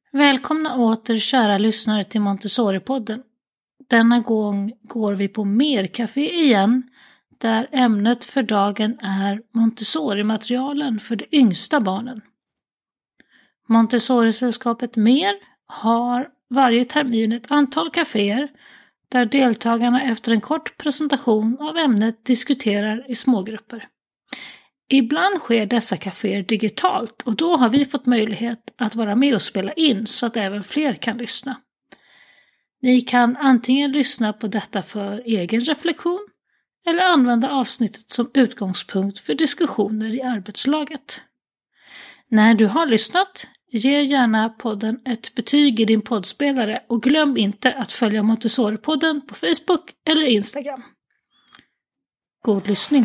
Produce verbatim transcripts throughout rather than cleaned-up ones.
Välkomna åter kära lyssnare till Montessori-podden. Denna gång går vi på Mercafé igen, där ämnet för dagen är Montessori-materialen för de yngsta barnen. Montessori-sällskapet Mer har varje termin ett antal kaféer där deltagarna efter en kort presentation av ämnet diskuterar i smågrupper. Ibland sker dessa kaféer digitalt och då har vi fått möjlighet att vara med och spela in så att även fler kan lyssna. Ni kan antingen lyssna på detta för egen reflektion eller använda avsnittet som utgångspunkt för diskussioner i arbetslaget. När du har lyssnat, ge gärna podden ett betyg i din poddspelare och glöm inte att följa Montessori-podden på Facebook eller Instagram. God lyssning!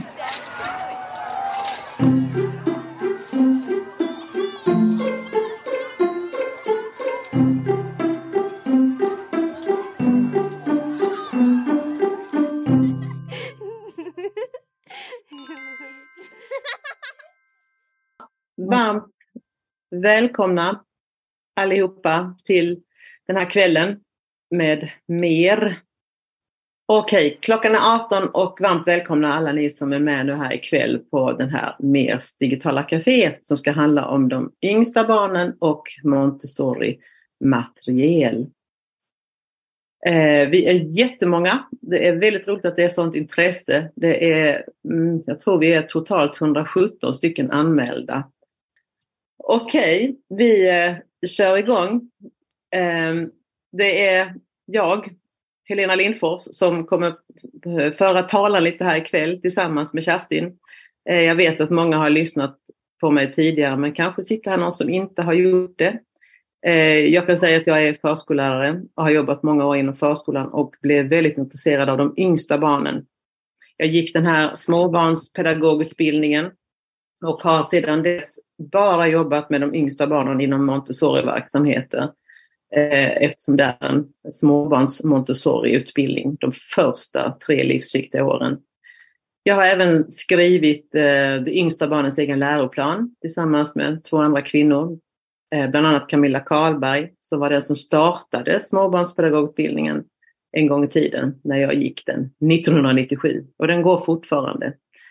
Varmt välkomna allihopa till den här kvällen med Mer. Okej, klockan är arton och varmt välkomna alla ni som är med nu här ikväll på den här Mers digitala café som ska handla om de yngsta barnen och Montessori-material. Eh, vi är jättemånga. Det är väldigt roligt att det är sånt intresse. Det är, mm, jag tror vi är totalt hundrasjutton stycken anmälda. Okej, vi eh, kör igång. Eh, det är jag, Helena Lindfors, som kommer föra talan lite här ikväll tillsammans med Kerstin. Eh, jag vet att många har lyssnat på mig tidigare, men kanske sitter här någon som inte har gjort det. Eh, jag kan säga att jag är förskollärare och har jobbat många år inom förskolan och blev väldigt intresserad av de yngsta barnen. Jag gick den här småbarnspedagogutbildningen och har sedan dess bara jobbat med de yngsta barnen inom Montessori-verksamheter. Eftersom det är en småbarns Montessori-utbildning de första tre livsviktiga åren. Jag har även skrivit de yngsta barnens egen läroplan tillsammans med två andra kvinnor. Bland annat Camilla Karlberg, som var den som startade småbarnspedagogutbildningen en gång i tiden när jag gick den nittonhundranittiosju. Och den går fortfarande.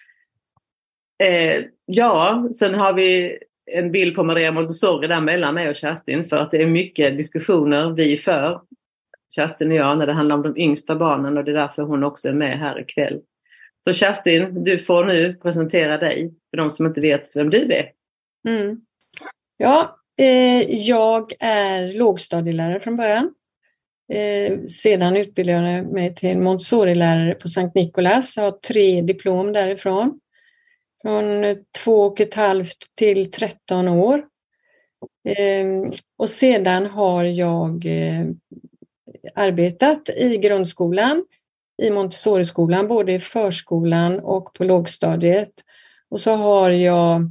Eh, ja, sen har vi en bild på Maria Montessori där mellan mig och Kerstin, för att det är mycket diskussioner vi för, Kerstin och jag, när det handlar om de yngsta barnen, och det är därför hon också är med här ikväll. Så Kerstin, du får nu presentera dig för de som inte vet vem du är. Mm. Ja, eh, jag är lågstadielärare från början. Eh, sedan utbildade jag mig till Montessori-lärare på Sankt Nikolas. Jag har tre diplom därifrån. Från två och ett halvt till tretton år. Eh, och sedan har jag eh, arbetat i grundskolan, i Montessori-skolan, både i förskolan och på lågstadiet. Och så har jag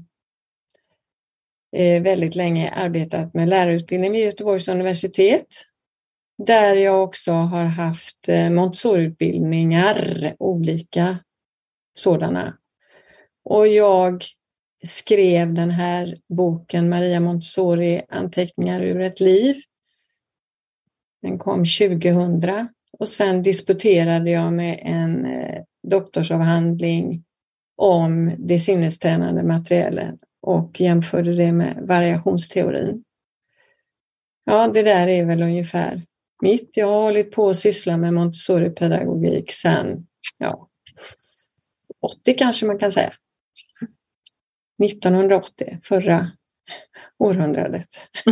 eh, väldigt länge arbetat med lärarutbildning vid Göteborgs universitet. Där jag också har haft eh, Montessori-utbildningar, olika sådana. Och jag skrev den här boken Maria Montessori, anteckningar ur ett liv. Den kom tjugohundra. Och sen disputerade jag med en eh, doktorsavhandling om det sinnestränande materialet och jämförde det med variationsteorin. Ja, det där är väl ungefär mitt. Jag har hållit på att syssla med Montessori-pedagogik sedan ja, åttio kanske man kan säga. nittonhundraåttio, förra århundradet.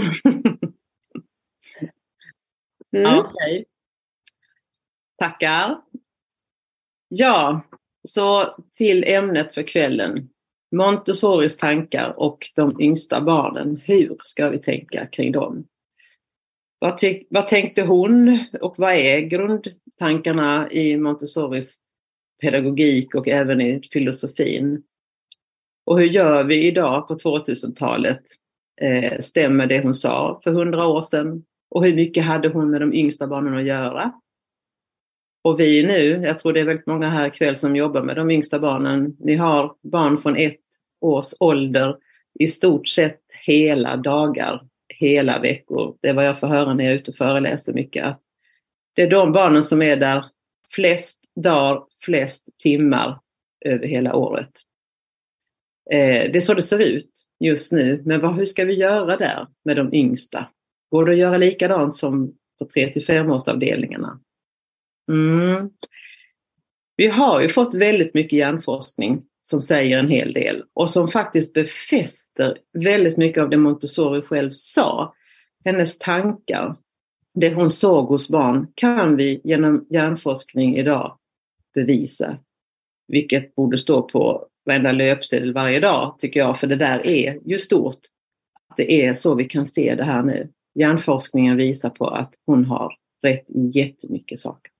Mm. Okej. Okay. Tackar. Ja, så till ämnet för kvällen. Montessoris tankar och de yngsta barnen. Hur ska vi tänka kring dem? Vad, ty- vad tänkte hon och vad är grundtankarna i Montessoris pedagogik och även i filosofin? Och hur gör vi idag på tvåtusentalet? Eh, stämmer det hon sa för hundra år sedan? Och hur mycket hade hon med de yngsta barnen att göra? Och vi nu, jag tror det är väldigt många här ikväll som jobbar med de yngsta barnen. Ni har barn från ett års ålder i stort sett hela dagar, hela veckor. Det är vad jag får höra när jag är ute och föreläser mycket. Att det är de barnen som är där flest dagar, flest timmar över hela året. Eh, det är så det ser ut just nu. Men vad, hur ska vi göra där med de yngsta? Går det att göra likadant som på tre till fem årsavdelningarna? Mm. Vi har ju fått väldigt mycket hjärnforskning som säger en hel del. Och som faktiskt befäster väldigt mycket av det Montessori själv sa. Hennes tankar. Det hon såg hos barn kan vi genom hjärnforskning idag bevisa. Vilket borde stå på varenda löpsedel varje dag tycker jag. För det där är ju stort. Det är så vi kan se det här nu. Hjärnforskningen visar på att hon har rätt i jättemycket saker.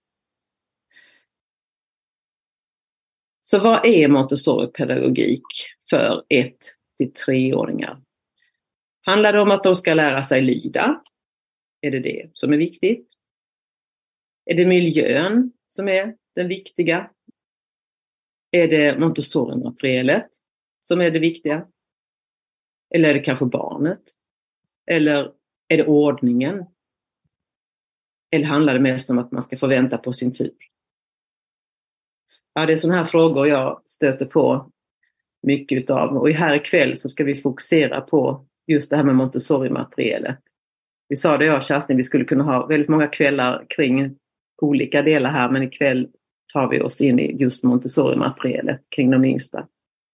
Så vad är Montessori-pedagogik för ett till treåringar? Handlar det om att de ska lära sig lyda? Är det det som är viktigt? Är det miljön som är den viktiga? Är det Montessori-materialet som är det viktiga? Eller är det kanske barnet? Eller är det ordningen? Eller handlar det mest om att man ska få vänta på sin tur? Ja, det är sådana här frågor jag stöter på mycket utav. Och här ikväll så ska vi fokusera på just det här med Montessori-materialet. Vi sa det jag och Kerstin, vi skulle kunna ha väldigt många kvällar kring olika delar här. Men ikväll tar vi oss in i just Montessori-materialet kring de yngsta.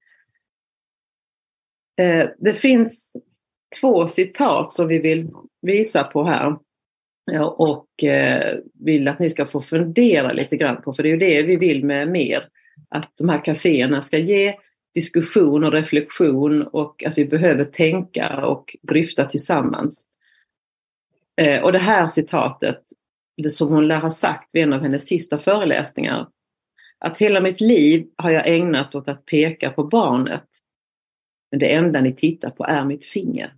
Eh, det finns två citat som vi vill visa på här. Ja, och eh, vill att ni ska få fundera lite grann på. För det är ju det vi vill med mer. Att de här kaféerna ska ge diskussion och reflektion. Och att vi behöver tänka och dryfta tillsammans. Eh, och det här citatet. Det som hon lär ha sagt vid en av hennes sista föreläsningar. Att hela mitt liv har jag ägnat åt att peka på barnet. Men det enda ni tittar på är mitt finger.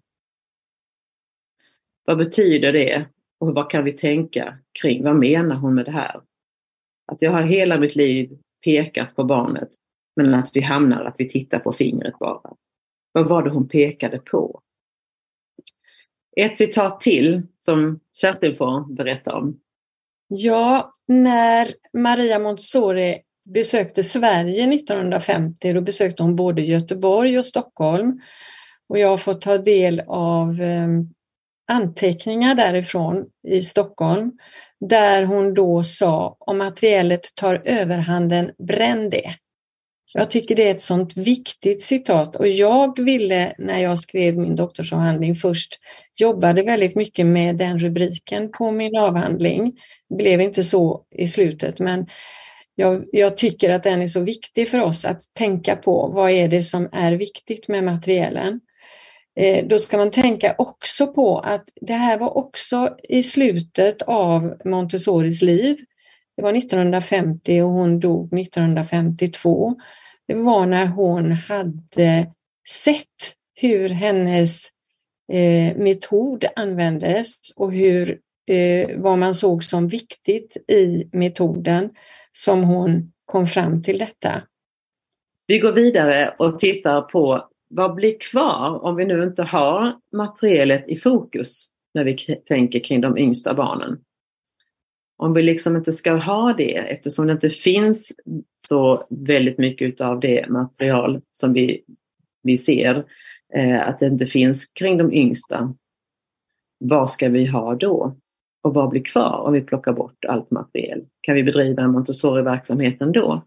Vad betyder det? Och vad kan vi tänka kring? Vad menar hon med det här? Att jag har hela mitt liv pekat på barnet. Men att vi hamnar att vi tittar på fingret bara. Vad var det hon pekade på? Ett citat till som Kerstin får berätta om. Ja, när Maria Montessori besökte Sverige nittonhundrafemtio, då besökte hon både Göteborg och Stockholm. Och jag har fått ta del av eh, anteckningar därifrån i Stockholm. Där hon då sa, om materialet tar överhanden, bränn det. Jag tycker det är ett sånt viktigt citat. Och jag ville, när jag skrev min doktorsavhandling först, jobbade väldigt mycket med den rubriken på min avhandling. Det blev inte så i slutet, men jag, jag tycker att den är så viktig för oss att tänka på vad är det som är viktigt med materialen. Eh, då ska man tänka också på att det här var också i slutet av Montessoris liv. Det var nittonhundrafemtio och hon dog nittonhundrafemtiotvå. Det var när hon hade sett hur hennes eh, metod användes och hur, eh, vad man såg som viktigt i metoden som hon kom fram till detta. Vi går vidare och tittar på vad blir kvar om vi nu inte har materialet i fokus när vi tänker kring de yngsta barnen. Om vi liksom inte ska ha det, eftersom det inte finns så väldigt mycket av det material som vi, vi ser, eh, att det inte finns kring de yngsta. Vad ska vi ha då? Och vad blir kvar om vi plockar bort allt material? Kan vi bedriva en Montessori-verksamheten då?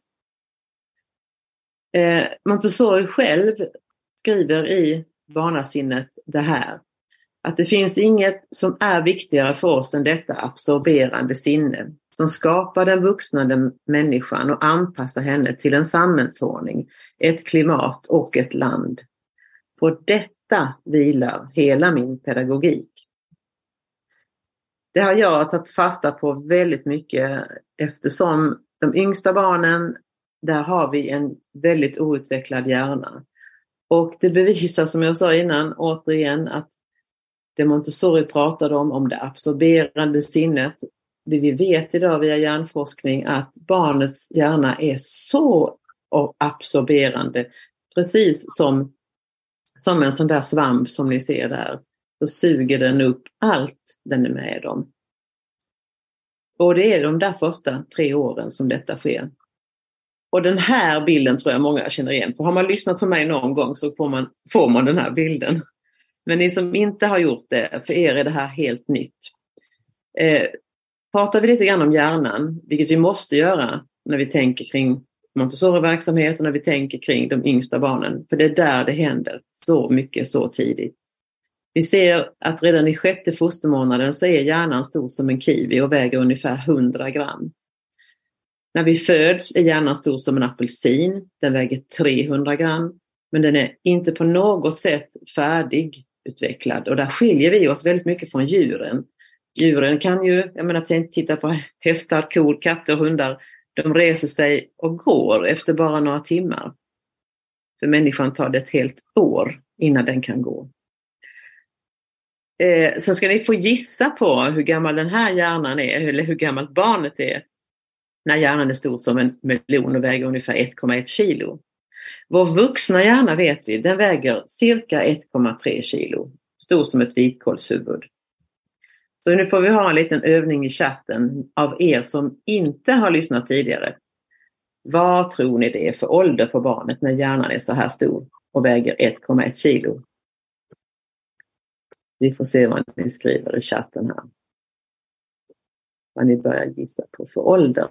Eh, Montessori själv skriver i Barnasinnet det här. Att det finns inget som är viktigare för oss än detta absorberande sinne. Som skapar den vuxna den människan och anpassar henne till en samhällsordning, ett klimat och ett land. På detta vilar hela min pedagogik. Det har jag tagit fasta på väldigt mycket eftersom de yngsta barnen, där har vi en väldigt outvecklad hjärna. Och det bevisar, som jag sa innan, återigen att det Montessori pratade om, om det absorberande sinnet. Det vi vet idag via hjärnforskning att barnets hjärna är så absorberande. Precis som, som en sån där svamp som ni ser där. så suger den upp allt den är med om. Och det är de där första tre åren som detta sker. Och den här bilden tror jag många känner igen. För har man lyssnat på mig någon gång så får man, får man den här bilden. Men ni som inte har gjort det, för er är det här helt nytt. Eh, pratar vi lite grann om hjärnan, vilket vi måste göra när vi tänker kring Montessori-verksamhet och när vi tänker kring de yngsta barnen. För det är där det händer så mycket så tidigt. Vi ser att redan i sjätte fostermånaden så är hjärnan stor som en kiwi och väger ungefär hundra gram. När vi föds är hjärnan stor som en apelsin, den väger trehundra gram. Men den är inte på något sätt färdigutvecklad och där skiljer vi oss väldigt mycket från djuren. Djuren kan ju, jag menar titta på hästar, kor, katter, hundar. De reser sig och går efter bara några timmar. För människan tar det ett helt år innan den kan gå. Eh, sen ska ni få gissa på hur gammal den här hjärnan är, eller hur gammalt barnet är. När hjärnan är stor som en melon och väger ungefär ett komma ett kilo. Vår vuxna hjärna vet vi, den väger cirka ett komma tre kilo. Stor som ett vitkålshuvud. Så nu får vi ha en liten övning i chatten av er som inte har lyssnat tidigare. Vad tror ni det är för ålder på barnet när hjärnan är så här stor och väger ett komma ett kilo? Vi får se vad ni skriver i chatten här. Vad ni börjar gissa på för ålder.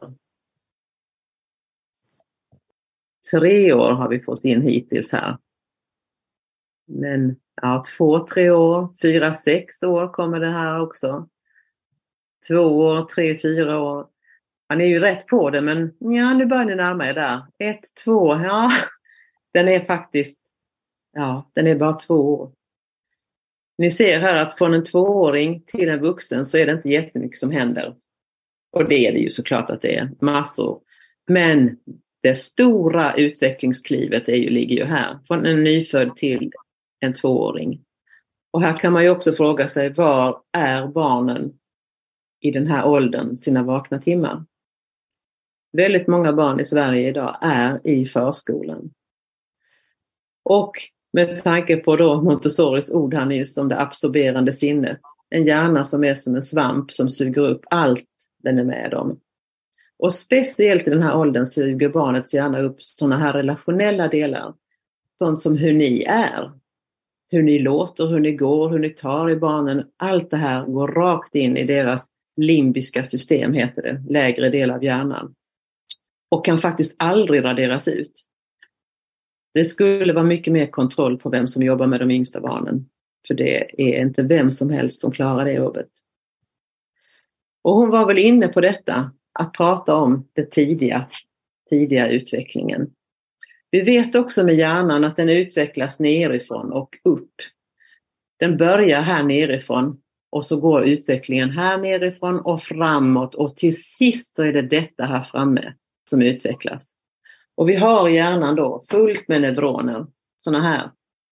Tre år har vi fått in hittills här. Men ja, två, tre år, fyra, sex år kommer det här också. Två år, tre, fyra år. Han är ju rätt på det, men ja, nu börjar ni närma er där. Ett, två, ja. Den är faktiskt, ja, den är bara två år. Ni ser här att från en tvååring till en vuxen så är det inte jättemycket som händer. Och det är det ju såklart att det är massor. Men det stora utvecklingsklivet är ju, ligger ju här. Från en nyfödd till en tvååring. Och här kan man ju också fråga sig, var är barnen i den här åldern sina vakna timmar? Väldigt många barn i Sverige idag är i förskolan. Och med tanke på då Montessoris ord här nyss om det absorberande sinnet. En hjärna som är som en svamp som suger upp allt den är med om. Och speciellt i den här åldern suger barnets hjärna upp sådana här relationella delar. Sånt som hur ni är. Hur ni låter, hur ni går, hur ni tar i barnen. Allt det här går rakt in i deras limbiska system, heter det. Lägre del av hjärnan. Och kan faktiskt aldrig raderas ut. Det skulle vara mycket mer kontroll på vem som jobbar med de yngsta barnen. För det är inte vem som helst som klarar det jobbet. Och hon var väl inne på detta. Att prata om den tidiga, tidiga utvecklingen. Vi vet också med hjärnan att den utvecklas nerifrån och upp. Den börjar här nerifrån och så går utvecklingen här nerifrån och framåt. Och till sist så är det detta här framme som utvecklas. Och vi har hjärnan då fullt med neuroner, sådana här.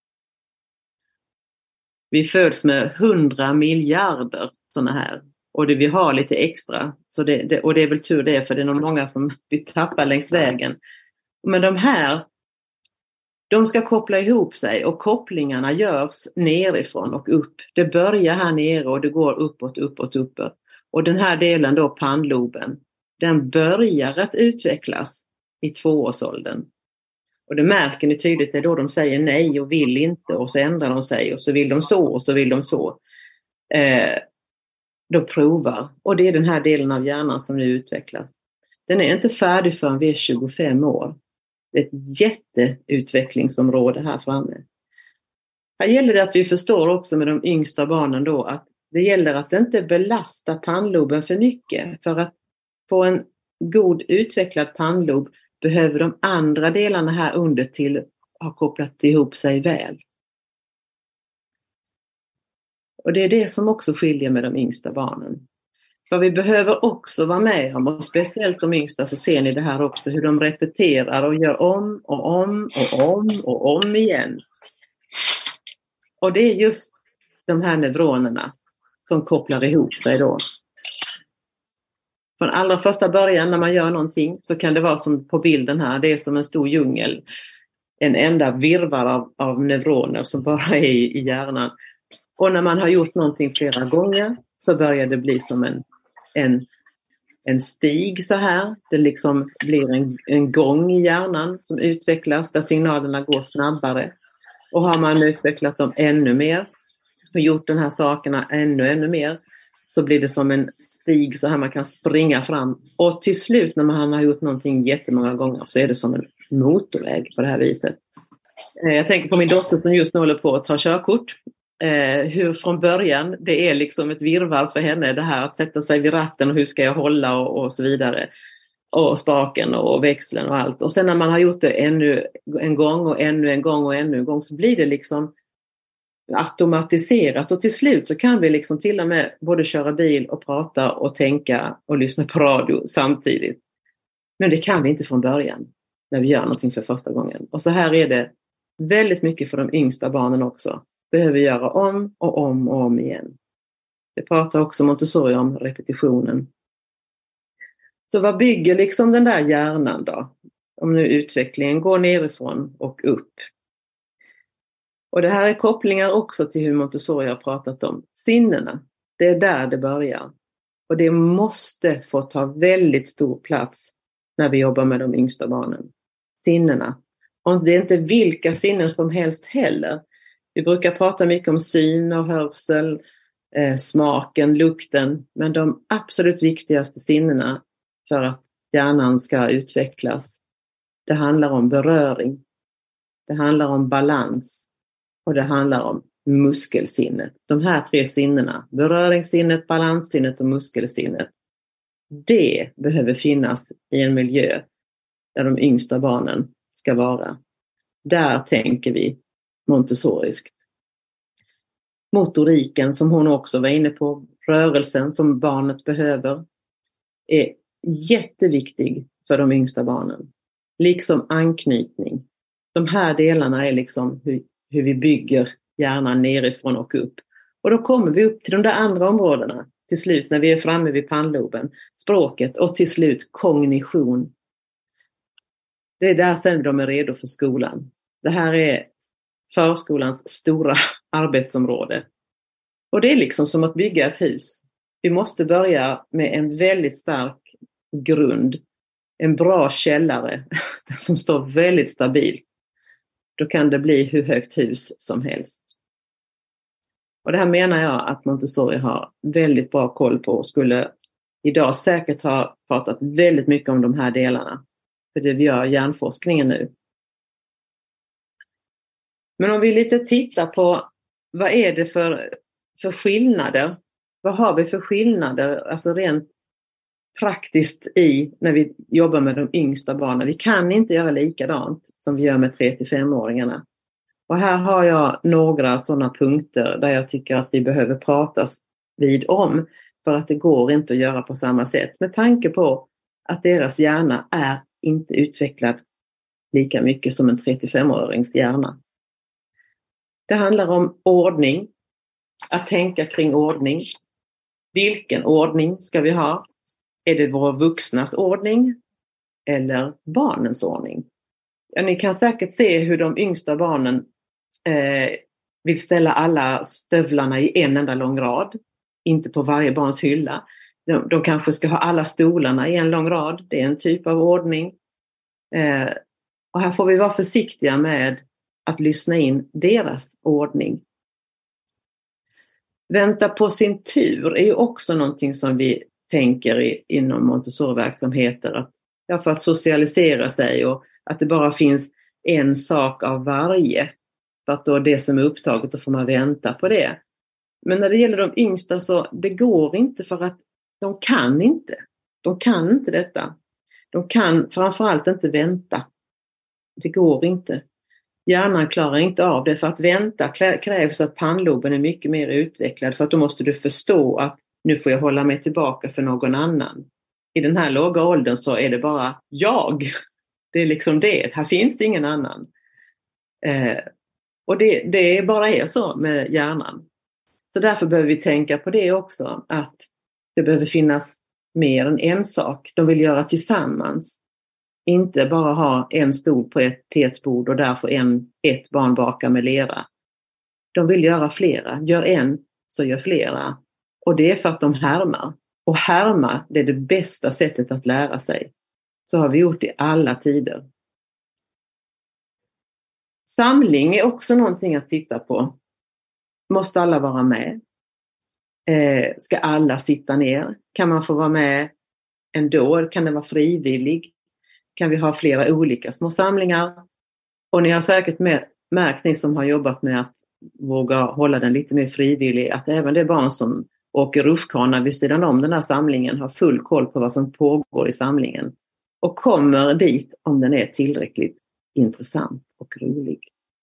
Vi föds med hundra miljarder sådana här. Och det vi har lite extra. Så det, det, och det är väl tur det, för det är nog många som vi tappar längs vägen. Men de här, de ska koppla ihop sig. Och kopplingarna görs nerifrån och upp. Det börjar här nere och det går uppåt, uppåt, uppåt. Och den här delen då, pannloben, den börjar att utvecklas i tvåårsåldern. Och det märker ni tydligt, det är då de säger nej och vill inte. Och så ändrar de sig och så vill de så och så vill de så. Eh, Då provar. Och det är den här delen av hjärnan som nu utvecklas. Den är inte färdig förrän vi är tjugofem år. Det är ett jätteutvecklingsområde här framme. Här gäller det att vi förstår också med de yngsta barnen då att det gäller att inte belasta pannloben för mycket. För att få en god utvecklad pannlob behöver de andra delarna här under till ha kopplat ihop sig väl. Och det är det som också skiljer med de yngsta barnen. För vi behöver också vara med om, och speciellt de yngsta så ser ni det här också, hur de repeterar och gör om och om och om och om igen. Och det är just de här neuronerna som kopplar ihop sig då. Från allra första början när man gör någonting så kan det vara som på bilden här, det är som en stor djungel. En enda virvar av, av neuroner som bara är i, i hjärnan. Och när man har gjort någonting flera gånger så börjar det bli som en, en, en stig så här. Det liksom blir en, en gång i hjärnan som utvecklas där signalerna går snabbare. Och har man utvecklat dem ännu mer och gjort de här sakerna ännu, ännu mer, så blir det som en stig så här man kan springa fram. Och till slut när man har gjort någonting jättemånga gånger så är det som en motorväg på det här viset. Jag tänker på min dotter som just nu håller på att ta körkort. Eh, hur från början det är liksom ett virrvarr för henne, det här att sätta sig vid ratten och hur ska jag hålla och, och så vidare. Och spaken och växeln och allt. Och sen när man har gjort det ännu en gång och ännu en gång och ännu en gång så blir det liksom automatiserat. Och till slut så kan vi liksom till och med både köra bil och prata och tänka och lyssna på radio samtidigt. Men det kan vi inte från början när vi gör någonting för första gången. Och så här är det väldigt mycket för de yngsta barnen också. Behöver göra om och om och om igen. Det pratar också Montessori om repetitionen. Så vad bygger liksom den där hjärnan då? Om nu utvecklingen går nerifrån och upp. Och det här är kopplingar också till hur Montessori har pratat om. Sinnena, det är där det börjar. Och det måste få ta väldigt stor plats när vi jobbar med de yngsta barnen. Sinnena. Och det är inte vilka sinnen som helst heller. Vi brukar prata mycket om syn och hörsel, eh, smaken, lukten. Men de absolut viktigaste sinnena för att hjärnan ska utvecklas, det handlar om beröring. Det handlar om balans. Och det handlar om muskelsinnet. De här tre sinnena, beröringssinnet, balanssinnet och muskelsinnet. Det behöver finnas i en miljö där de yngsta barnen ska vara. Där tänker vi montessoriskt. Motoriken som hon också var inne på, rörelsen som barnet behöver, är jätteviktig för de yngsta barnen. Liksom anknytning. De här delarna är liksom hur, hur vi bygger hjärnan nerifrån och upp. Och då kommer vi upp till de där andra områdena till slut när vi är framme vid pannloben. Språket och till slut kognition. Det är där sen de är redo för skolan. Det här är förskolans stora arbetsområde. Och det är liksom som att bygga ett hus. Vi måste börja med en väldigt stark grund. En bra källare som står väldigt stabilt. Då kan det bli hur högt hus som helst. Och det här menar jag att Montessori har väldigt bra koll på och skulle idag säkert ha pratat väldigt mycket om de här delarna. För det vi gör hjärnforskningen nu. Men om vi lite tittar på vad är det för, för skillnader? Vad har vi för skillnader, alltså rent praktiskt i när vi jobbar med de yngsta barnen? Vi kan inte göra likadant som vi gör med tre till fem-åringarna. Och här har jag några sådana punkter där jag tycker att vi behöver pratas vid om. För att det går inte att göra på samma sätt. Med tanke på att deras hjärna är inte utvecklad lika mycket som en tre till fem-årings hjärna. Det handlar om ordning. Att tänka kring ordning. Vilken ordning ska vi ha? Är det vår vuxnas ordning? Eller barnens ordning? Ja, ni kan säkert se hur de yngsta barnen eh, vill ställa alla stövlarna i en enda lång rad. Inte på varje barns hylla. De, de kanske ska ha alla stolarna i en lång rad. Det är en typ av ordning. Eh, och här får vi vara försiktiga med att lyssna in deras ordning. Vänta på sin tur är ju också någonting som vi tänker i, inom Montessori-verksamheter. Att, ja, för att socialisera sig och att det bara finns en sak av varje. För att då det som är upptaget, då får man vänta på det. Men när det gäller de yngsta så det går inte för att de kan inte. De kan inte detta. De kan framförallt inte vänta. Det går inte. Hjärnan klarar inte av det. För att vänta krävs att pannloben är mycket mer utvecklad. För att då måste du förstå att nu får jag hålla mig tillbaka för någon annan. I den här låga åldern så är det bara jag. Det är liksom det. Här finns ingen annan. Eh, och det, det bara är så med hjärnan. Så därför behöver vi tänka på det också. Att det behöver finnas mer än en sak. De vill göra tillsammans. Inte bara ha en stol på ett tetbord och därför en, ett barn baka med lera. De vill göra flera. Gör en så gör flera. Och det är för att de härmar. Och härma, det är det bästa sättet att lära sig. Så har vi gjort i alla tider. Samling är också någonting att titta på. Måste alla vara med? Eh, ska alla sitta ner? Kan man få vara med ändå? Kan det vara frivillig? Kan vi ha flera olika små samlingar? Och ni har säkert med, märkt, ni som har jobbat med att våga hålla den lite mer frivillig, att även det barn som åker rutschkana vid sidan om den här samlingen har full koll på vad som pågår i samlingen. Och kommer dit om den är tillräckligt intressant och rolig.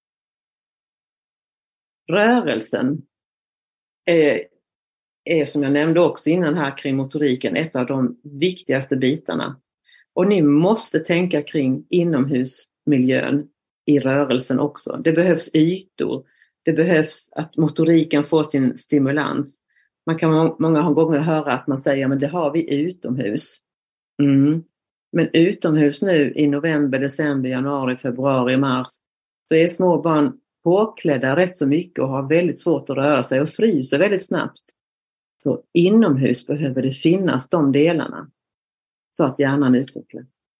Rörelsen är, är som jag nämnde också innan här kring motoriken ett av de viktigaste bitarna. Och ni måste tänka kring inomhusmiljön i rörelsen också. Det behövs ytor. Det behövs att motoriken får sin stimulans. Man kan många gånger höra att man säger men det har vi utomhus. Mm. Men utomhus nu i november, december, januari, februari, mars så är små barn påklädda rätt så mycket och har väldigt svårt att röra sig och fryser väldigt snabbt. Så inomhus behöver det finnas de delarna så att hjärnan utvecklas.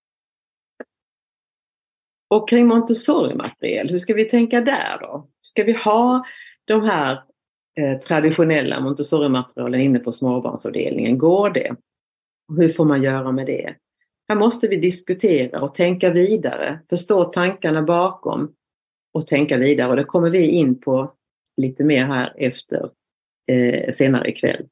Och kring Montessori-material, hur ska vi tänka där då? Ska vi ha de här eh, traditionella Montessori-materialen inne på småbarnsavdelningen? Går det? Och hur får man göra med det? Här måste vi diskutera och tänka vidare, förstå tankarna bakom och tänka vidare. Och det kommer vi in på lite mer här efter eh, senare ikväll.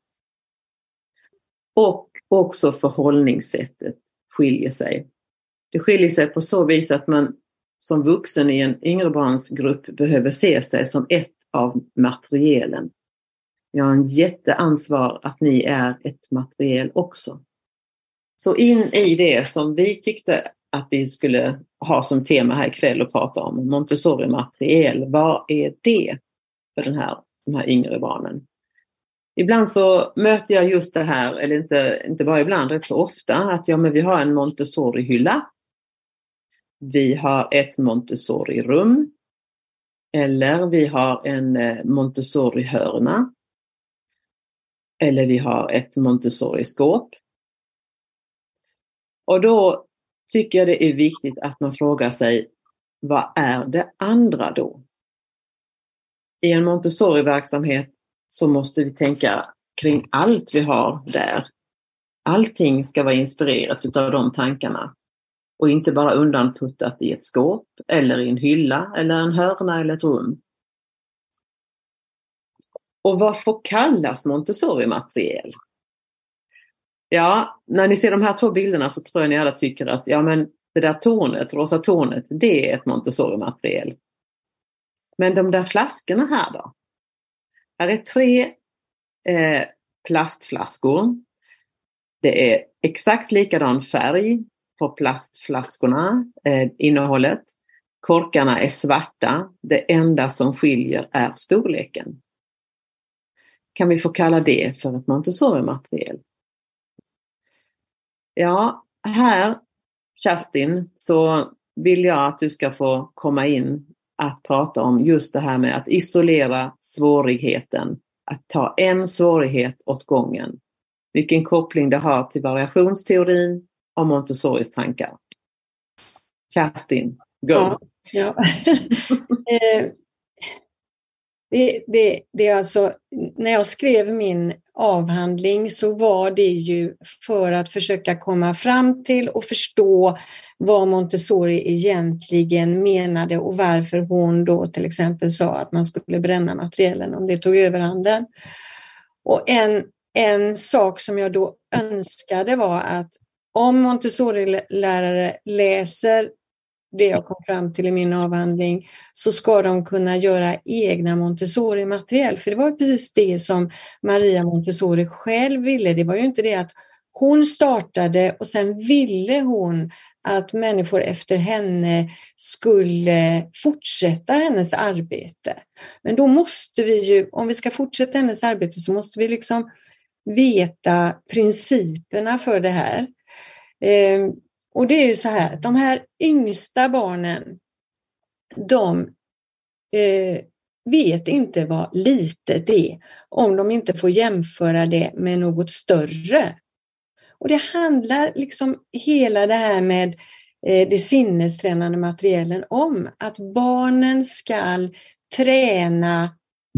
Och också förhållningssättet skiljer sig. Det skiljer sig på så vis att man som vuxen i en yngre barnsgrupp behöver se sig som ett av materialen. Jag har en jätteansvar att ni är ett material också. Så in i det som vi tyckte att vi skulle ha som tema här ikväll och prata om. Montessori-material, vad är det för den här, de här yngre barnen? Ibland så möter jag just det här, eller inte, inte bara ibland, rätt så ofta, att ja, men vi har en Montessori-hylla. Vi har ett Montessori-rum. Eller vi har en Montessori-hörna. Eller vi har ett Montessori-skåp. Och då tycker jag det är viktigt att man frågar sig, vad är det andra då? I en Montessori-verksamhet så måste vi tänka kring allt vi har där. Allting ska vara inspirerat av de tankarna. Och inte bara undanputtat i ett skåp eller i en hylla eller en hörna eller ett rum. Och vad får kallas Montessori-material? Ja, när ni ser de här två bilderna så tror jag ni alla tycker att ja, men det där tornet, rosa tornet, det är ett Montessori-material. Men de där flaskorna här då? Här är tre eh, plastflaskor. Det är exakt likadan färg på plastflaskorna, eh, innehållet. Korkarna är svarta. Det enda som skiljer är storleken. Kan vi få kalla det för ett Montessori-material? Ja, här, Kerstin, så vill jag att du ska få komma in att prata om just det här med att isolera svårigheten. Att ta en svårighet åt gången. Vilken koppling det har till variationsteorin och Montessoris tankar. Kerstin, go! Ja, ja. eh, det, det, det är alltså, när jag skrev min avhandling så var det ju för att försöka komma fram till och förstå vad Montessori egentligen menade och varför hon då till exempel sa att man skulle bränna materialen om det tog överhanden. Och en, en sak som jag då önskade var att om Montessori-lärare läser det jag kom fram till i min avhandling så ska de kunna göra egna Montessori-material. För det var precis det som Maria Montessori själv ville. Det var ju inte det att hon startade och sen ville hon att människor efter henne skulle fortsätta hennes arbete. Men då måste vi ju, om vi ska fortsätta hennes arbete så måste vi liksom veta principerna för det här. Eh, och det är ju så här, de här yngsta barnen, de, eh, vet inte vad litet är om de inte får jämföra det med något större. Och det handlar liksom hela det här med eh, det sinnestränande materialen om att barnen ska träna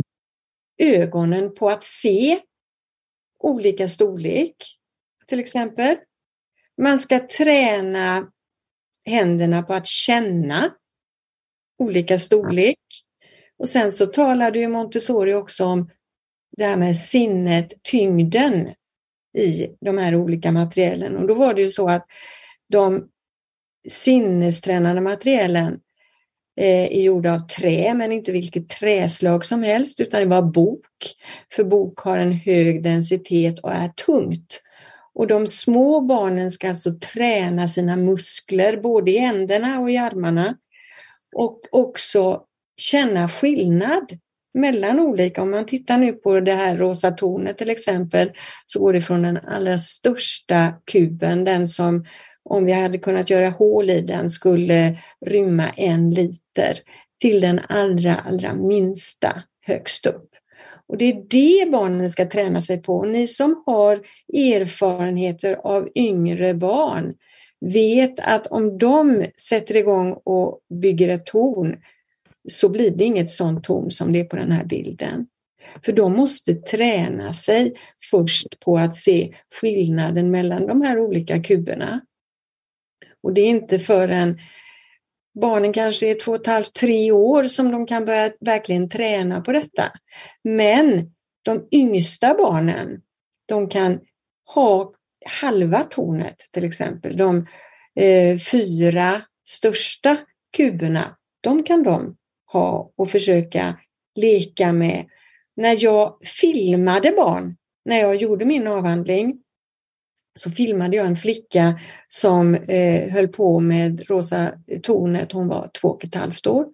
ögonen på att se olika storlek till exempel. Man ska träna händerna på att känna olika storlek. Och sen så talade ju Montessori också om det här med sinnet, tyngden i de här olika materialen. Och då var det ju så att de sinnestränande materialen eh, är gjorda av trä, men inte vilket träslag som helst, utan det var bok. För bok har en hög densitet och är tungt. Och de små barnen ska alltså träna sina muskler både i händerna och i armarna. Och också känna skillnad mellan olika. Om man tittar nu på det här rosa tornet till exempel, så går det från den allra största kuben, den som om vi hade kunnat göra hål i den skulle rymma en liter, till den allra allra minsta högst upp. Och det är det barnen ska träna sig på. Och ni som har erfarenheter av yngre barn vet att om de sätter igång och bygger ett torn, så blir det inget sånt torn som det är på den här bilden. För de måste träna sig först på att se skillnaden mellan de här olika kuberna. Och det är inte förrän barnen kanske är två och ett halvt, tre år som de kan börja verkligen träna på detta. Men de yngsta barnen, de kan ha halva tornet till exempel. De eh, fyra största kuberna, de kan de ha och försöka leka med. När jag filmade barn, när jag gjorde min avhandling, så filmade jag en flicka som eh, höll på med rosa tornet. Hon var två och ett halvt år.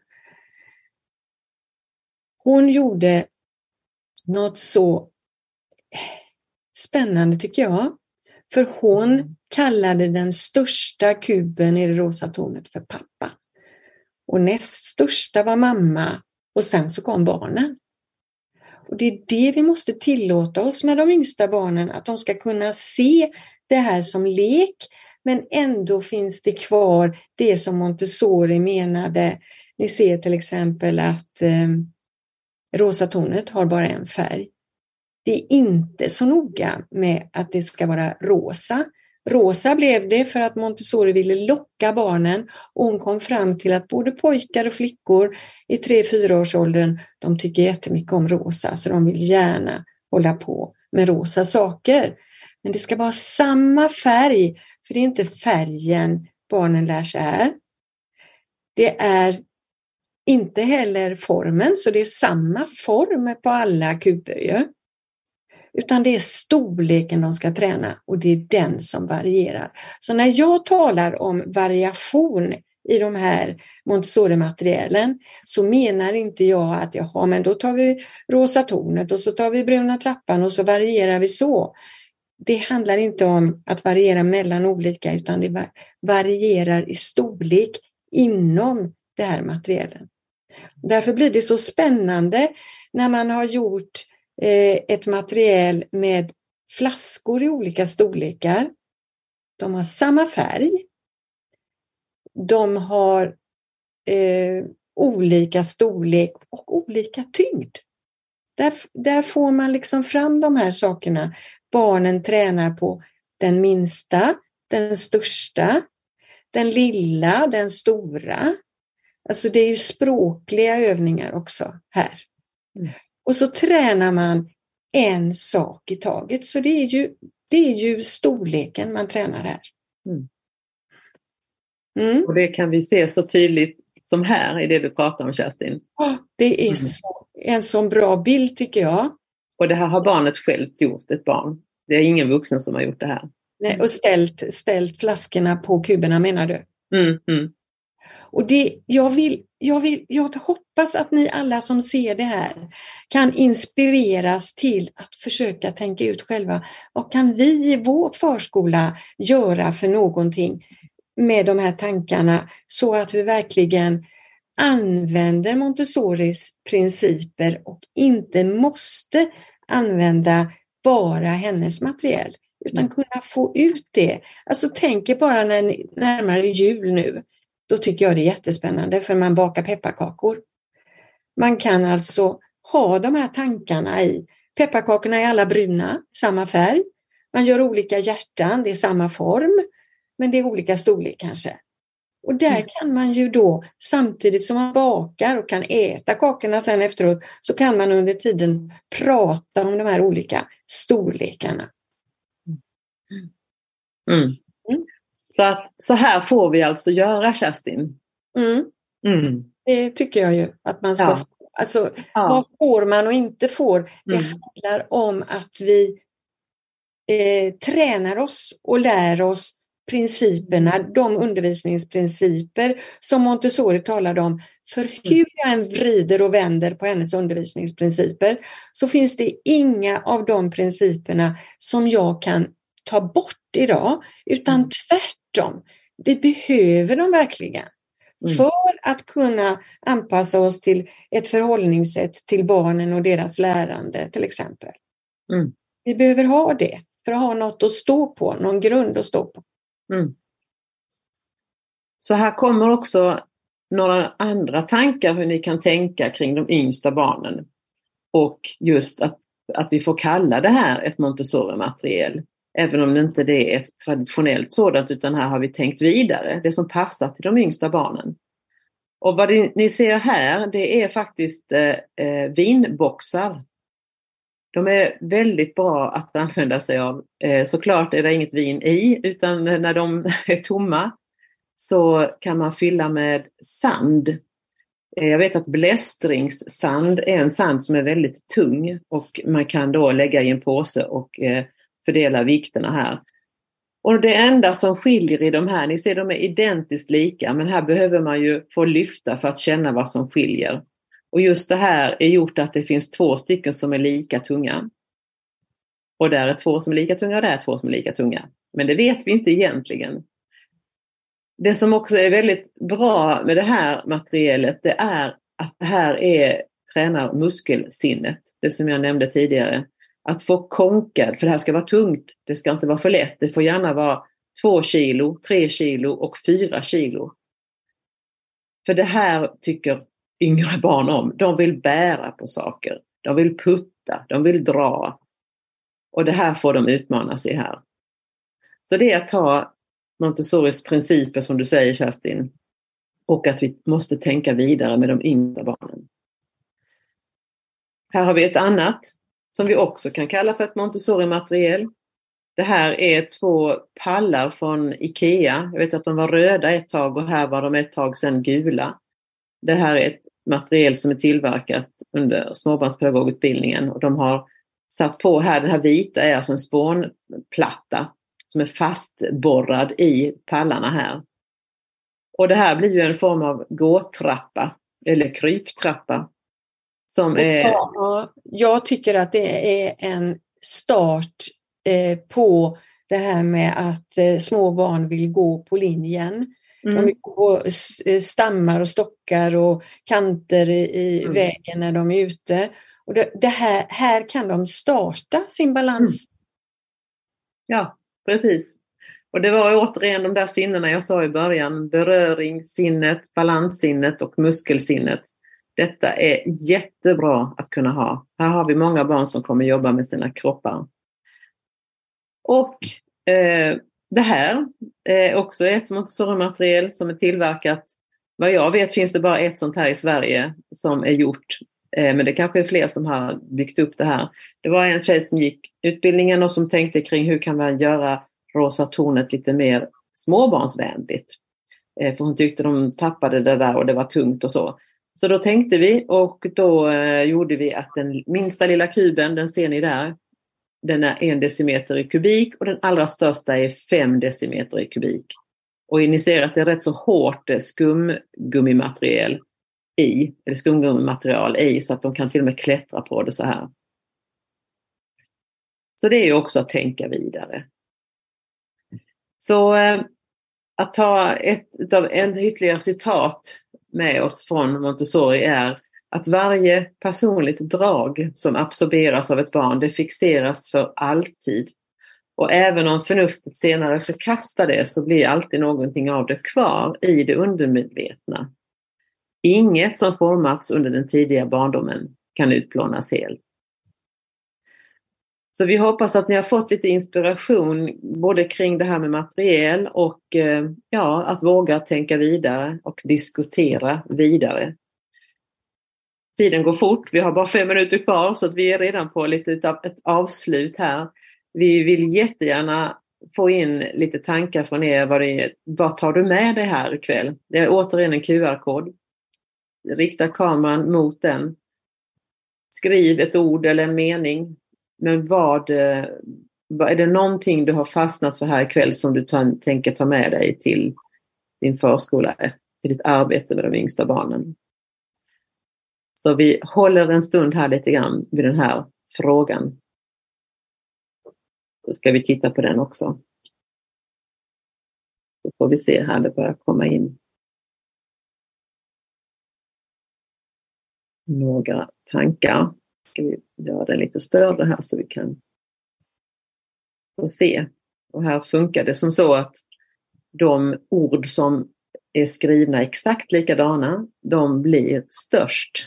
Hon gjorde något så spännande tycker jag. För hon kallade den största kuben i det rosa tornet för pappa. Och näst största var mamma. Och sen så kom barnen. Och det är det vi måste tillåta oss med de yngsta barnen. Att de ska kunna se det här som lek. Men ändå finns det kvar det som Montessori menade. Ni ser till exempel att eh, rosa tornet har bara en färg. Det är inte så noga med att det ska vara rosa. Rosa blev det för att Montessori ville locka barnen. Och hon kom fram till att både pojkar och flickor i tre fyra års åldern, de tycker jättemycket om rosa. Så de vill gärna hålla på med rosa saker. Men det ska vara samma färg. För det är inte färgen barnen lär sig här. Det är inte heller formen. Så det är samma form på alla kuber ju. Utan det är storleken de ska träna. Och det är den som varierar. Så när jag talar om variation i de här Montessori-materialen, så menar inte jag att jaha, men då tar vi rosa tornet och så tar vi bruna trappan och så varierar vi så. Det handlar inte om att variera mellan olika, utan det varierar i storlek inom det här materialen. Därför blir det så spännande när man har gjort eh, ett material med flaskor i olika storlekar. De har samma färg. De har eh, olika storlek och olika tyngd. Där, där får man liksom fram de här sakerna. Barnen tränar på den minsta, den största, den lilla, den stora. Alltså det är ju språkliga övningar också här. Mm. Och så tränar man en sak i taget. Så det är ju, det är ju storleken man tränar här. Mm. Mm. Och det kan vi se så tydligt som här i det du pratar om, Kerstin. Ja, det är mm. så, en sån bra bild tycker jag. Och det här har barnet själv gjort, ett barn. Det är ingen vuxen som har gjort det här. Nej, och ställt, ställt flaskorna på kuberna menar du? Mm, mm. Och det, jag, vill, jag, vill, jag hoppas att ni alla som ser det här kan inspireras till att försöka tänka ut själva. Vad kan vi i vår förskola göra för någonting med de här tankarna, så att vi verkligen använder Montessoris principer och inte måste använda bara hennes material, utan kunna få ut det. Alltså tänk bara när ni närmare jul nu, då tycker jag det är jättespännande för man bakar pepparkakor. Man kan alltså ha de här tankarna i. Pepparkakorna är alla bruna, samma färg. Man gör olika hjärtan, det är samma form, men det är olika storlek kanske. Och där kan man ju då, samtidigt som man bakar och kan äta kakorna sen efteråt, så kan man under tiden prata om de här olika storlekarna. Mm. Mm. Så, att, så här får vi alltså göra, Kerstin. Mm. Mm. Det tycker jag ju att man ska ja. få. Alltså, ja. vad får man och inte får? Det mm. handlar om att vi eh, tränar oss och lär oss principerna, de undervisningsprinciper som Montessori talade om. För hur jag än vrider och vänder på hennes undervisningsprinciper så finns det inga av de principerna som jag kan ta bort idag, utan mm. tvärtom. Vi behöver dem verkligen. Mm. För att kunna anpassa oss till ett förhållningssätt till barnen och deras lärande till exempel. Mm. Vi behöver ha det för att ha något att stå på, någon grund att stå på. Mm. Så här kommer också några andra tankar hur ni kan tänka kring de yngsta barnen. Och just att, att vi får kalla det här ett Montessori-material. Även om det inte det är ett traditionellt sådant, utan här har vi tänkt vidare. Det som passar till de yngsta barnen. Och vad det, ni ser här, det är faktiskt eh, vinboxar. De är väldigt bra att använda sig av. Eh, såklart är det inget vin i, utan när de är tomma så kan man fylla med sand. Eh, jag vet att blästringssand är en sand som är väldigt tung och man kan då lägga i en påse och eh, fördela vikterna här. Och det enda som skiljer i de här, ni ser de är identiskt lika, men här behöver man ju få lyfta för att känna vad som skiljer. Och just det här är gjort att det finns två stycken som är lika tunga. Och där är två som är lika tunga och där är två som är lika tunga. Men det vet vi inte egentligen. Det som också är väldigt bra med det här materialet, det är att det här är, tränar muskelsinnet. Det som jag nämnde tidigare. Att få konkad, för det här ska vara tungt, det ska inte vara för lätt. Det får gärna vara två kilo, tre kilo och fyra kilo. För det här tycker yngre barn om. De vill bära på saker. De vill putta, de vill dra. Och det här får de utmana sig här. Så det är att ta Montessoris principer som du säger, Kerstin. Och att vi måste tänka vidare med de yngre barnen. Här har vi ett annat som vi också kan kalla för ett Montessori-material. Det här är två pallar från Ikea. Jag vet att de var röda ett tag och här var de ett tag sedan gula. Det här är ett material som är tillverkat under småbarnspedagogutbildningen. Och de har satt på här, den här vita är alltså en spånplatta som är fastborrad i pallarna här. Och det här blir ju en form av gåtrappa eller kryptrappa. Som är... Ja, jag tycker att det är en start eh, på det här med att eh, små barn vill gå på linjen. Mm. De vill gå stammar och stockar och kanter i mm. vägen när de är ute. Och det, det här, här kan de starta sin balans. Mm. Ja, precis. Och det var återigen de där sinnena jag sa i början. Beröringssinnet, balanssinnet och muskelsinnet. Detta är jättebra att kunna ha. Här har vi många barn som kommer jobba med sina kroppar. Och eh, det här är också ett Montessori-material som är tillverkat. Vad jag vet finns det bara ett sånt här i Sverige som är gjort. Eh, men det kanske är fler som har byggt upp det här. Det var en tjej som gick utbildningen och som tänkte kring hur kan man göra rosa tornet lite mer småbarnsvänligt. Eh, för hon tyckte de tappade det där och det var tungt och så. Så då tänkte vi och då eh, gjorde vi att den minsta lilla kuben, den ser ni där, den är en decimeter i kubik och den allra största är fem decimeter i kubik. Och ni ser att det är rätt så hårt skumgummimaterial i, eller skumgummimaterial i så att de kan till och med klättra på det så här. Så det är ju också att tänka vidare. Så eh, att ta ett av en ytterligare citat med oss från Montessori är att varje personligt drag som absorberas av ett barn, det fixeras för alltid. Och även om förnuftet senare förkastar det, så blir alltid någonting av det kvar i det undermedvetna. Inget som formats under den tidiga barndomen kan utplånas helt. Så vi hoppas att ni har fått lite inspiration både kring det här med materiel och ja, att våga tänka vidare och diskutera vidare. Tiden går fort, vi har bara fem minuter kvar så att vi är redan på lite av ett avslut här. Vi vill jättegärna få in lite tankar från er. Vad, det är, vad tar du med dig här ikväll? Det är återigen en Q R-kod. Rikta kameran mot den. Skriv ett ord eller en mening. Men vad, vad är det någonting du har fastnat för här ikväll som du ta, tänker ta med dig till din förskola, i ditt arbete med de yngsta barnen? Så vi håller en stund här lite grann vid den här frågan. Då ska vi titta på den också. Då får vi se här, det börjar komma in några tankar. Ska vi göra den lite större här så vi kan få se. Och här funkar det som så att de ord som är skrivna exakt likadana, de blir störst.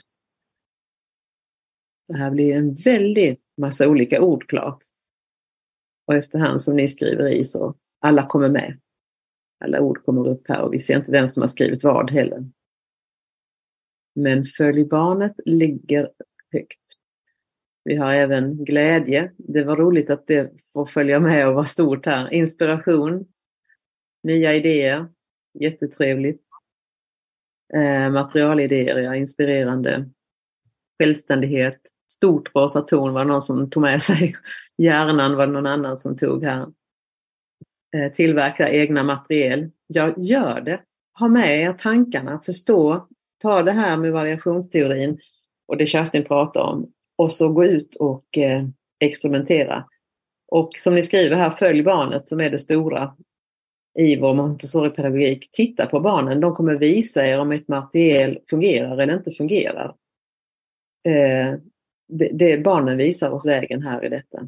Det här blir en väldigt massa olika ord klart. Och efterhand som ni skriver i så alla kommer med. Alla ord kommer upp här och vi ser inte vem som har skrivit vad heller. Men följbarnet ligger högt. Vi har även glädje. Det var roligt att det får följa med och vara stort här. Inspiration. Nya idéer. Jättetrevligt. Eh, materialidéer, ja, inspirerande. Självständighet. Stort rosa torn var det någon som tog med sig. Hjärnan var det någon annan som tog här. Eh, tillverka egna material. Ja, gör det. Ha med er tankarna. Förstå. Ta det här med variationsteorin och det Kerstin pratar om. Och så gå ut och eh, experimentera. Och som ni skriver här, följ barnet som är det stora i vår Montessori-pedagogik. Titta på barnen. De kommer visa er om ett material fungerar eller inte fungerar. Eh, det, det barnen visar oss vägen här i detta.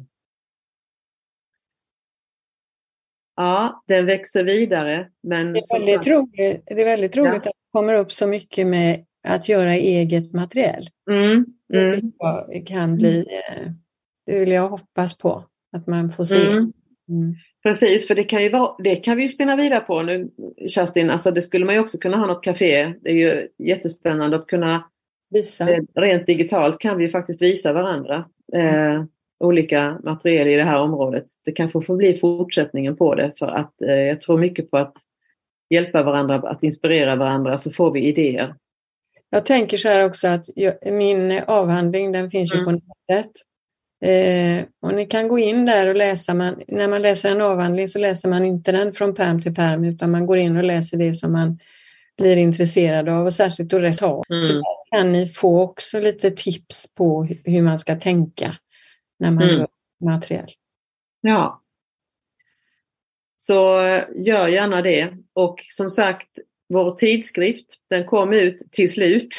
Ja, den växer vidare. Men det, är väldigt roligt, det är väldigt roligt ja. Att det kommer upp så mycket med att göra eget material. Mm, mm. Det kan bli, det vill jag hoppas på, att man får se. Mm. Mm. Precis, för det kan ju vara, det kan vi ju spinna vidare på nu, Kerstin. Alltså det skulle man ju också kunna ha något café. Det är ju jättespännande att kunna visa. Rent digitalt kan vi ju faktiskt visa varandra eh, olika material i det här området. Det kan få bli fortsättningen på det, för att eh, jag tror mycket på att hjälpa varandra, att inspirera varandra, så får vi idéer. Jag tänker så här också att jag, min avhandling, den finns ju mm. på nätet. Eh, och ni kan gå in där och läsa. Man, när man läser en avhandling så läser man inte den från pärm till pärm, utan man går in och läser det som man blir intresserad av, och särskilt då resultat. Mm. För där kan ni få också lite tips på hur man ska tänka när man mm. gör material. Ja. Så gör gärna det. Och som sagt, vår tidskrift, den kom ut till slut.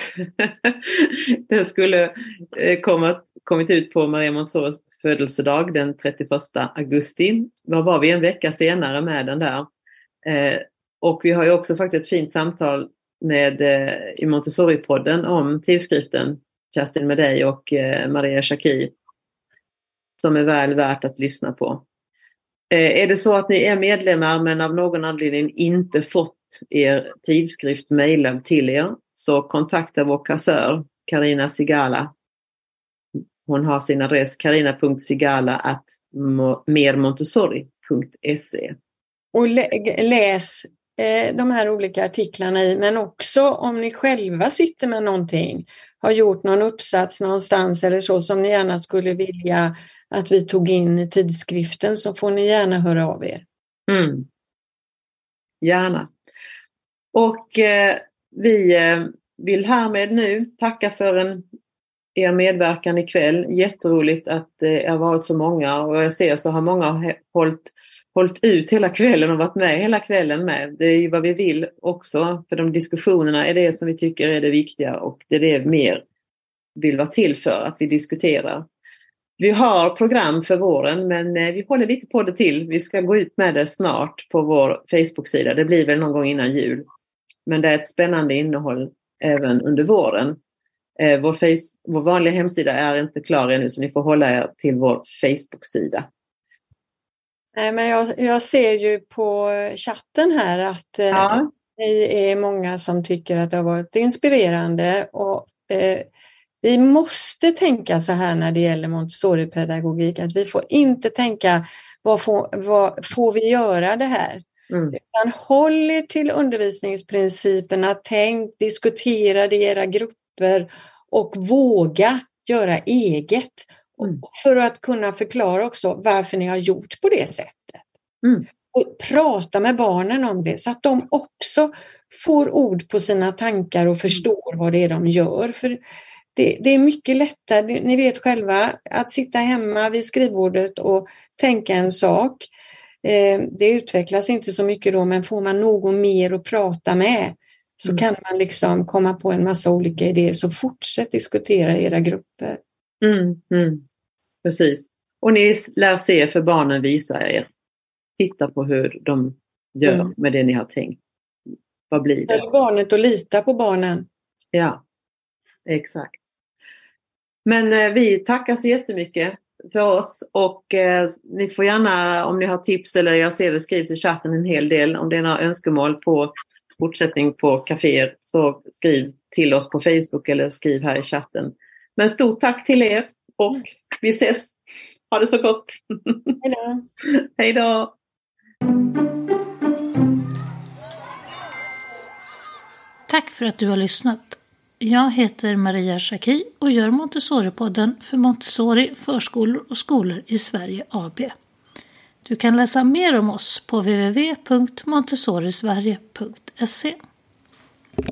Den skulle komma, kommit ut på Maria Montessoris födelsedag den trettioförsta augusti. Vad var vi en vecka senare med den där. Eh, och vi har ju också faktiskt ett fint samtal med eh, i Montessori-podden om tidskriften, Kerstin, med dig och eh, Maria Shaki, som är väl värt att lyssna på. Eh, är det så att ni är medlemmar men av någon anledning inte fått er tidskrift mejlad till er, så kontakta vår kassör Carina Sigala. Hon har sin adress carina punkt sigala at mermontessori punkt se. Och lä- läs eh, de här olika artiklarna i, men också om ni själva sitter med någonting, har gjort någon uppsats någonstans eller så som ni gärna skulle vilja att vi tog in i tidskriften, så får ni gärna höra av er. Mm. Gärna. Och eh, vi eh, vill härmed nu tacka för en, er medverkan ikväll. Jätteroligt att det eh, har varit så många, och jag ser så har många hållit hållit ut hela kvällen och varit med hela kvällen med. Det är ju vad vi vill också, för de diskussionerna är det som vi tycker är det viktiga och det är det mer vill vara till för, att vi diskuterar. Vi har program för våren, men vi håller lite på det till. Vi ska gå ut med det snart på vår Facebook-sida. Det blir väl någon gång innan jul. Men det är ett spännande innehåll även under våren. Vår, face, vår vanliga hemsida är inte klar ännu, så ni får hålla er till vår Facebook-sida. Nej, men jag, jag ser ju på chatten här att ja. eh, ni är många som tycker att det har varit inspirerande. Och eh, vi måste tänka så här när det gäller Montessori-pedagogik, att vi får inte tänka vad får, vad får vi göra det här? Mm. Utan håll er till undervisningsprinciperna, tänk, diskutera det i era grupper och våga göra eget. Mm. För att kunna förklara också varför ni har gjort på det sättet. Mm. Och prata med barnen om det så att de också får ord på sina tankar och förstår vad det är de gör. För det, det är mycket lättare, ni vet själva, att sitta hemma vid skrivbordet och tänka en sak. Eh, det utvecklas inte så mycket då, men får man någon mer att prata med så mm. kan man liksom komma på en massa olika idéer. Så fortsätt diskutera i era grupper. Mm, mm. Precis. Och ni lär se, för barnen visar er. Titta på hur de gör mm. med det ni har tänkt. Vad blir det? För barnet att lita på barnen. Ja, exakt. Men eh, vi tackar så jättemycket för oss. Och eh, ni får gärna, om ni har tips, eller jag ser det skrivs i chatten en hel del, om det är några önskemål på fortsättning på kaféer, så skriv till oss på Facebook eller skriv här i chatten. Men stort tack till er. Och vi ses. Ha det så gott. Hej då. Hej då. Tack för att du har lyssnat. Jag heter Maria Schacki och gör Montessori-podden för Montessori, förskolor och skolor i Sverige A B. Du kan läsa mer om oss på w w w punkt montessorisverige punkt se.